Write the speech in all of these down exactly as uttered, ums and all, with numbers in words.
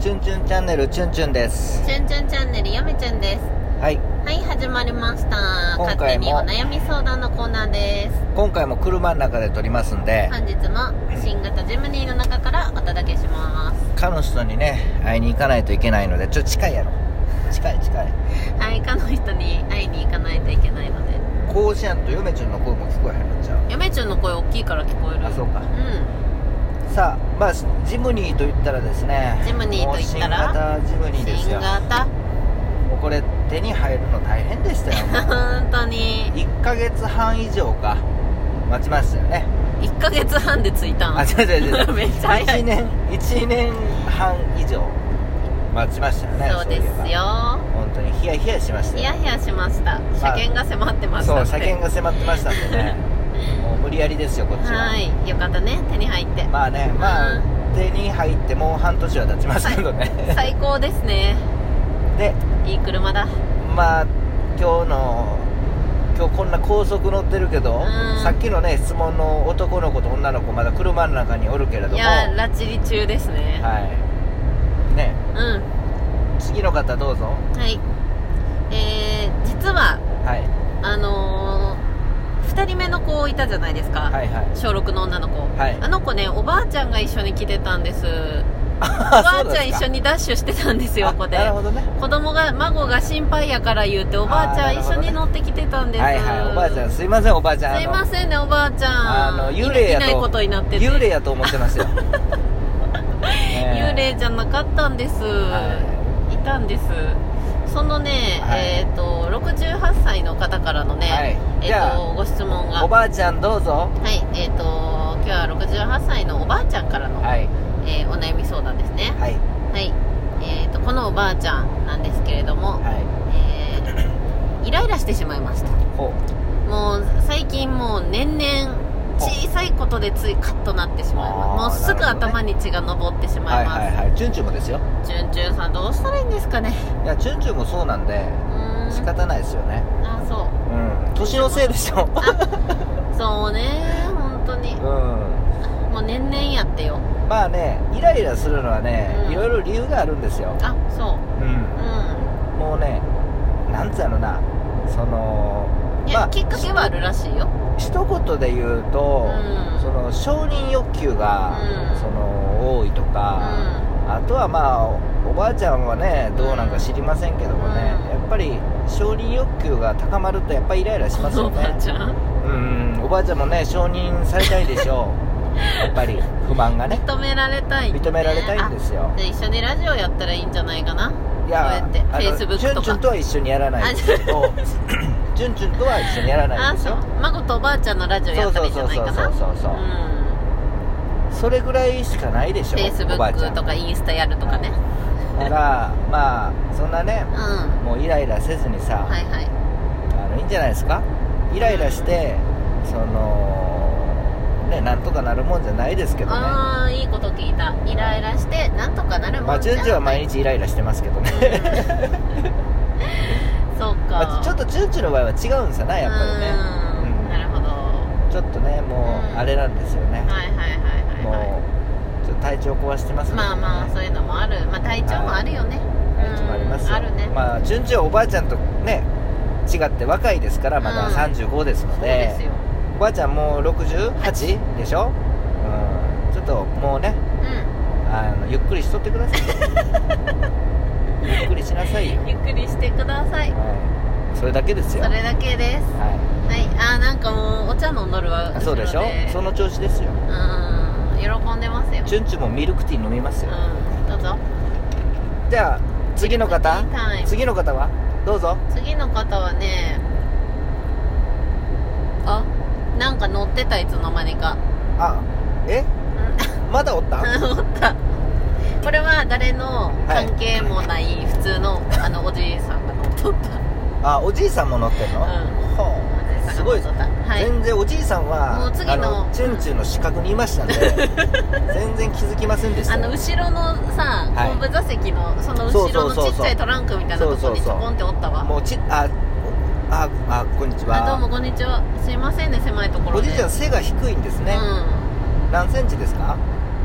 チュンチュンチャンネルチュンチュンです。 チュンチュンチャンネルやめちゃんです。 はいはい始まりました。 今回も勝手にお悩み相談のコーナーです。 今回も車の中で撮りますんで、 本日も新型ジムニーの中からお届けします。 かの人にね会いに行かないといけないので、ちょっと近いやろ近い近いはい、かの人に会いに行かないといけないので、 こうしやんと嫁ちゃんの声も聞こえへんのちゃう。 やめちゃんの声大きいから聞こえる。 あ、そうか。 うんさあ、まあジムニーと言ったらですね、 ジムニーと言ったらもう新型ジムニーですよ。 新型もうこれ手に入るの大変でしたよ本当にいっかげつはん以上か待ちましたよね。 いっかげつはんで着いたん。 あ、違う違う違うめっちゃ早い。 いちねんいちねんはん以上待ちましたよね。 そうですそういえばよ。 本当にヒヤヒヤしましたよ。 ヒヤヒヤしました。車検が迫ってましたって。 そう、車検が迫ってましたんでねもう無理やりですよこっちは。 はいよかったね、手に入って。 まあね、まあ、 うん手に入ってもう半年は経ちますけどね最高ですね。 で、 いい車だ。 まあ今日の今日こんな高速乗ってるけど、 うんさっきのね質問の男の子と女の子まだ車の中におるけれども、 いやー拉致り中ですね。 はいね、 うん次の方どうぞ。 はいえー、実ははいあのー、ふたりめの子いたじゃないですか、 はいはい小ろくの女の子、 はいあの子ねおばあちゃんが一緒に来てたんです。おばあちゃん一緒にダッシュしてたんですよ。ここでなるほどね。 子供が孫が心配やから言うておばあちゃん一緒に乗ってきてたんです。 はいはい、おばあちゃんすいません。おばあちゃんすいませんねおばあちゃん、 あの幽霊やといないことになってて幽霊やと思ってますよ幽霊じゃなかったんです、 はい、 いたんです。そのね、 はいえっ、ー、とろくじゅうはっさいの方からのね、 はいえっ、 じゃあー、とご質問がおばあちゃんどうぞ。 はいえっ、ー、と今日はろくじゅうはっさいのおばあちゃんからの、 はいえーお悩み相談ですね。 はいはいえっ、とこのおばあちゃんなんですけれども、 はいえーイライラしてしまいました。 ほうもう最近もう年々小さいことでついカッとなってしまいます。もうすぐ頭に血が上ってしまいます。 はいはいはい、チュンチュンもですよ。 チュンチュンさんどうしたらいいんですかね。 いやチュンチュンもそうなんでうーん仕方ないですよね。 あそううん、年のせいでしょあそうね本当にうんもう年々やってよ。 まあね、イライラするのはね、 うんいろいろ理由があるんですよ。 あそううんうもうね、なんつうのな、そのんいや、 まあきっかけはあるらしいよ。 一言で言うと、 うんその承認欲求が、 うんその多いとうか、 んあとはまあおばあちゃんはねどうなんか知りませんけどもね、 うんやっぱり承認欲求が高まるとやっぱりイライラしますよおばあね。 ちゃんうんおばあちゃんもね承認されたいでしょうやっぱり不満がね認められたい、ね、 認められたいんですよ。 あじゃあ一緒にラジオやったらいいんじゃないかな。 いやこうやってあの Facebook チュンチュンとは一緒にやらないですけどチュンチュンとは一緒にやらないあそうですよ。 孫とおばあちゃんのラジオやったらいいんじゃないかな。 そうそうそうそうそう、それぐらいしかないでしょおばあちゃ Facebook んとかインスタやるとかね。 だからまあそんなねうんもうイライラせずにさ、 はいはいあのいいんじゃないですか。イライラしてそのねなんとかなるもんじゃないですけどね。 ああいいこと聞いた。イライラしてなんとかなるまあもんじゃん。 チュンチュンは毎日イライラしてますけどねそうか、 まあちょっとチュンチュンの場合は違うんですよねやっぱりね。 うんなるほど。 ちょっとねもうんうあれなんですよね、 はいはいはいはいもはうちょっと体調壊してますい。 もんね。 まあまあそういうのもある。まあ体調もあるよね。 体調もありますよ。 うんあるね。 まあチュンチュンはおばあちゃんとね違って若いですからまだうんさんじゅうごですのそうで、 ですよ。 おばあちゃんもうろくじゅうはちでしょ、うん、ちょっともうねうあのゆっくりしとってくださいゆっくりしなさいよ、 んゆっくりしてください。 はい、それだけですよ。 それだけです。 ははいあーなんかもうお茶飲んどるわ。 い、そうでしょ後ろその調子ですよ。 うん喜んでますよ。 チュンチュンもミルクティー飲みますよ。 うんどうぞ。 じゃあ次の方ミルクティータイム次の方はどうぞ。 次の方はねあなんか乗ってたいつの間にかあえまだおった乗った。これは誰の関係もない普通のあのおじいさんが乗っとった。 あおじいさんも乗ってんの、 うんほうすごい。 はい全然おじいさんはもう次のあのチュンチュンの死角にいましたんで全然気づきませんでしたよ。 あの後ろのさ、 はい後部座席のその後ろのちっちゃいトランクみたいなところにちょこんっておったわ。 もうちあああこんにちは。 あどうもこんにちは。すいませんね狭いところで。 おじいちゃん背が低いんですね、 うん何センチですか？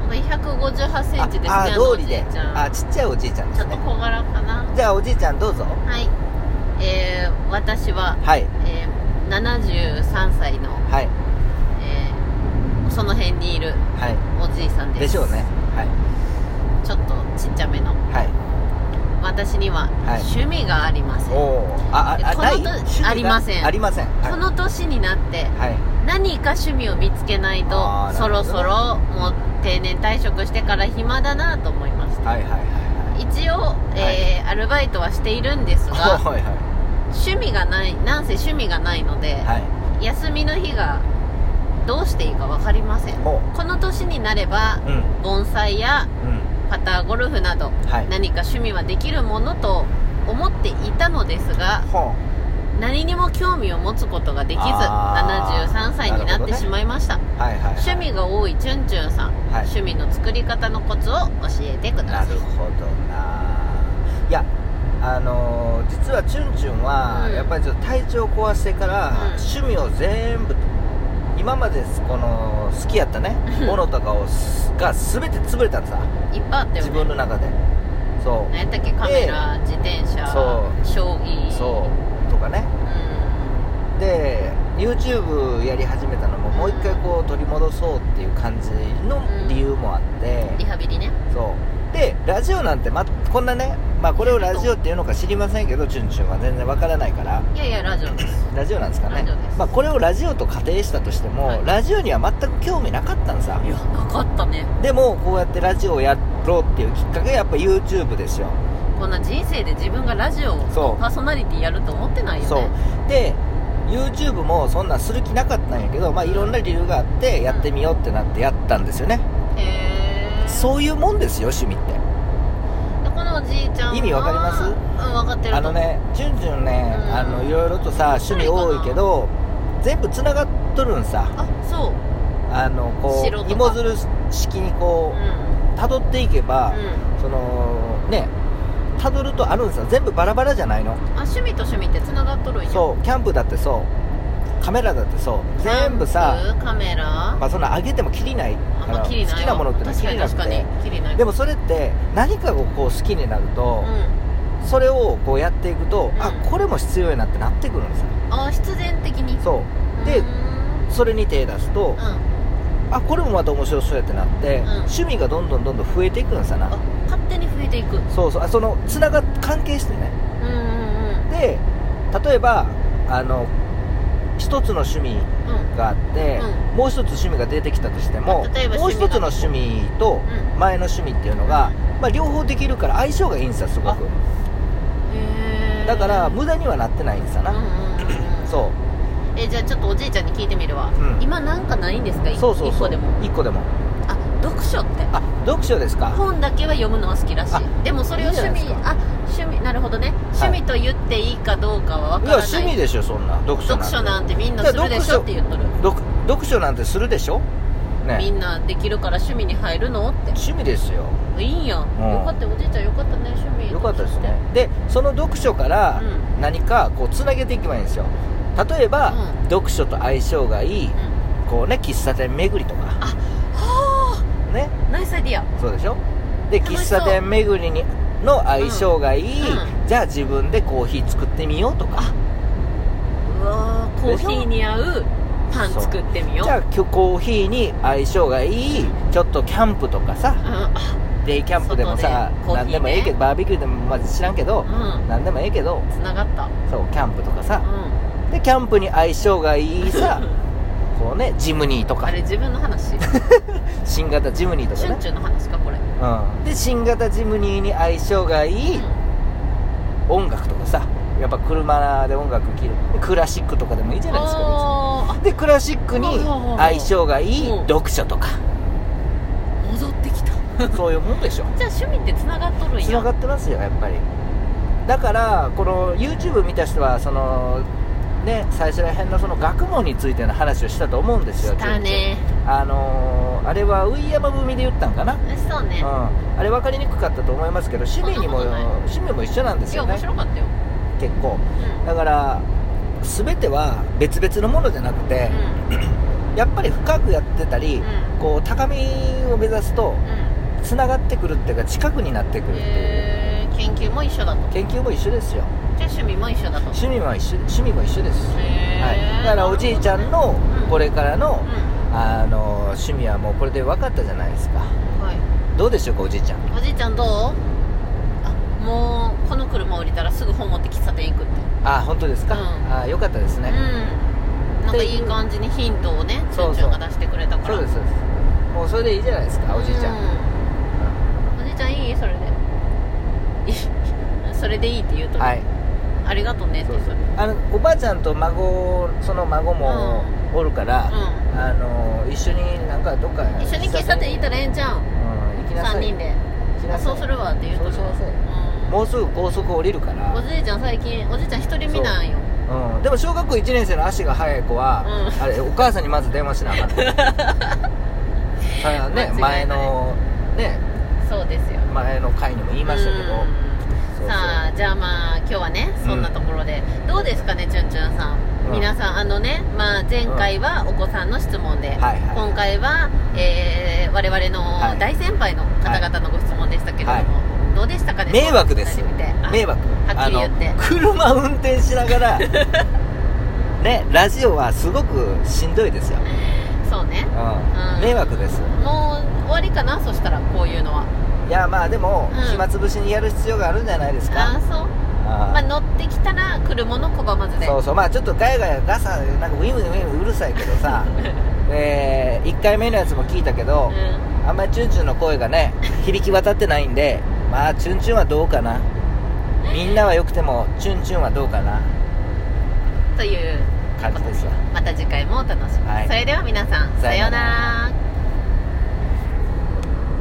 ひゃくごじゅうはちセンチですね。 ああ通りで、 おじいちゃんあちっちゃいおじいちゃんですね。 ちょっと小柄かな。 じゃあおじいちゃんどうぞ。 はい、えー、私は、 はい、 えー、ななじゅうさんさいの、 はい、 えー、その辺にいるはい、 おじいさんです。 でしょうね。はい、 ちょっとちっちゃめの。 はい、 私には趣味がありません。 おあああこのない趣味がありませんありません、はい、 この年になって、 はい、 何か趣味を見つけないと、 あーそろなるほどねそろもう定年退職してから暇だなと思いました。 はいはいはい一応、えーアルバイトはしているんですが、 はいはい趣味がない、なんせ趣味がないので、 はい休みの日がどうしていいか分かりません。 ほこの年になれば、 うん盆栽やうんパターゴルフなど、 はい何か趣味はできるものと思っていたのですが、 ほ何にも興味を持つことができず、 あーななじゅうさんさいになってしまいました。 うはいはい、はい、 趣味が多いチュンチュンさん、 はい趣味の作り方のコツを教えてください。 なるほどないやあのー実はチュンチュンは、 うんやっぱりちょっと体調を壊してから、 うん趣味を全部今までこの好きやったねものとかをすが全て潰れたのさ、 いっぱいあったよね。 自分の中で。そう何やったっけ、カメラ、自転車、 そう将棋、 そうとかね。 うで YouTube やり始めたのももう一回こう取り戻そうっていう感じの理由もあって、 ん、リハビリね。 そうでラジオなんて、ま、こんなね、まあ、これをラジオっていうのか知りませんけどチュンチュンは全然わからないからいやいや、ラジオです。 ラジオなんですかね。 ラジオです。 まあ、これをラジオと仮定したとしても、 はいラジオには全く興味なかったんさ。 いや、なかったね。 でもこうやってラジオをやろうっていうきっかけがやっぱ YouTube ですよ。 こんな人生で自分がラジオそうのパーソナリティやると思ってないよね。 そうで YouTube もそんなんする気なかったんやけど、まあ、いろんな理由があってやってみようってなってやったんですよね。 へー。 そういうもんですよ趣味って。 でこのおじいちゃんは意味わかります？ うん、分かってると。 あのねチュンチュンね、 うんあのいろいろとさ趣味多いけど全部つながっとるんさ。 あ、そう。 あのこ城とかう芋づる式にこうんう辿っていけば、 うん。 そのね辿るとあるんですよ。全部バラバラじゃないの。 あ、趣味と趣味ってつながっとるんや。 そうキャンプだってそうカメラだってそう全部さ、 キャンプカメラ、 まあ、そんな上げてもきりないあんまきりないわ。 好きなものってのはき確かにりなく確かにて、 きりない。 でもそれって何かをこう好きになると、 うん。 それをこうやっていくと、 うんあこれも必要やなってなってくるんですよ。 あ、必然的に。 そうでうーんそれに手出すと、 うん。 あこれもまた面白そうやってなって、 うん趣味がどんどんどんどん増えていくんですよな。 あ、勝手に増えていく。 そうそうあそのつながっ関係してね。 うんうんで例えばあの一つの趣味うん。うん。 があって、 うもう一つ趣味が出てきたとしても例えばもう一つの趣味とうん前の趣味っていうのが、まあ、両方できるから相性がいいんですよすごく。 へー。 だから無駄にはなってないんですよな、 うんうんうんうん。 そうえ、じゃあちょっとおじいちゃんに聞いてみるわ。 うん今なんかないんですか？いそうそうそう一個でも。 一個でもあ、読書って。 あ読書ですか。 本だけは読むのは好きらしあい。でもそれを趣味いいじゃないですかあ趣味なるほどね、趣味と言っていいかどうかは分いやからない。 趣味でしょそんな読書なんて。 読書なんてみんなするでしょって言っとる。 読読書なんてするでしょね。 みんなできるから趣味に入るのって。 趣味ですよ。 いいんや、 んよかった。おじいちゃんよかったね、趣味よかったですね。でその読書からう何かこうつなげていけばいいんですよ。例えば、 うん読書と相性がいいうん。 こうね喫茶店巡りとかはねあ、ナイスアイディア。 そうでしょ。で楽しそう喫茶店巡りにの相性がいい、 うんうじゃあ自分でコーヒー作ってみようとか、 うわー、コーヒーに合うパン作ってみよう。 じゃあ今日コーヒーに相性がいいちょっとキャンプとかさ、 うん、あ、 デイキャンプでもさ、 外でコーヒーね何でもええけどバーベキューでもまず知らんけど、 うん、 何でもええけどつながった。 そうキャンプとかさ、 うでキャンプに相性がいいさこうねジムニーとん。 かあれ自分の話。 新型ジムニーとかね、 チュンチュンの話かこれ。 うん、で新型ジムニーに相性がいい音楽とかさ、やっぱ車で音楽聴るクラシックとかでもいいじゃないですかあ別に。でクラシックに相性がいいうん読書とかー、戻ってきた。 そういうもんでしょ。 じゃあ趣味ってつながっとるんや。 つながってますよやっぱり。だからこの YouTube 見た人はそのね最初ら辺のその学問についての話をしたと思うんですよ。 したね。 あのー、あれはウイヤマ組で言ったんかな、 そうね。 うん、あれ分かりにくかったと思いますけど趣味にもそんなことない趣味も一緒なんですいやよね面白かったよ。 結構。 うん。 だから全ては別々のものじゃなくて、 うん。 やっぱり深くやってたり、 うんこう高みを目指すとうんつながってくるっていうか近くになってくるっていう、 えー、研究も一緒だと。 研究も一緒ですよ。 じゃあ趣味も一緒だと。 趣味も一緒趣味も一緒です、 へーはい、だからおじいちゃんのうんこれからの、 うんあの趣味はもうこれで分かったじゃないですか。 はいどうでしょうかおじいちゃん。 おじいちゃんどう？あ、もうこの車降りたらすぐ本持って喫茶店行くって。 あ本当ですか、 うんあよかったですね、 うん。なんかいい感じにヒントをね、ちゅんちゅんが出してくれたから。 そうですそうです。もうそれでいいじゃないですかおじいちゃん、 うんおじいちゃんいいそれで。いいそれでいいって言うと、 はいありがとうねってそうそう言うと。 あのおばあちゃんと孫その孫もおるから、 うあの一緒になんかどっかん。一緒に喫茶店行ったらええんちゃうん。 うん行きなさい。 三人で。あ、 行きなさいそうするわって言うとるわ。 そうしなさいうんもうすぐ高速降りるからおじいちゃん最近おじいちゃん独り身なんよ。 うん、でも小学校いちねん生の足が速い子は、 うんあれお母さんにまず電話しなあかんねそれはね間違いない前のねそうですよ。 前の回にも言いましたけど、 うんそうそうさあじゃあまあ今日はねそんなところで、どうですかねちゅんちゅんさん、 うん皆さんあのね、まあ、前回はお子さんの質問で、 はいはい今回は、えー我々 はいの大先輩の方々のご質問でしたけれども、 はいどうでしたかね。 迷惑ですそういうのを見てあ迷惑はっきり言ってあの車運転しながらねラジオはすごくしんどいですよ、 そうね、 うんうん迷惑です。 もう終わりかなそしたらこういうのはいやまあでも、 うん暇つぶしにやる必要があるんじゃないですか。 ああそう、 あーまあ、乗ってきたら来るもの拒まずでそうそうまあちょっとガヤガヤガサなんかウィンウィンウィンうるさいけどさえー、いっかいめのやつも聞いたけど、 うんあんまりチュンチュンの声がね響き渡ってないんでまあチュンチュンはどうかなみんなは良くてもチュンチュンはどうかなという感じですわ。 また次回もお楽しみに、 はいそれでは皆さんさようなら。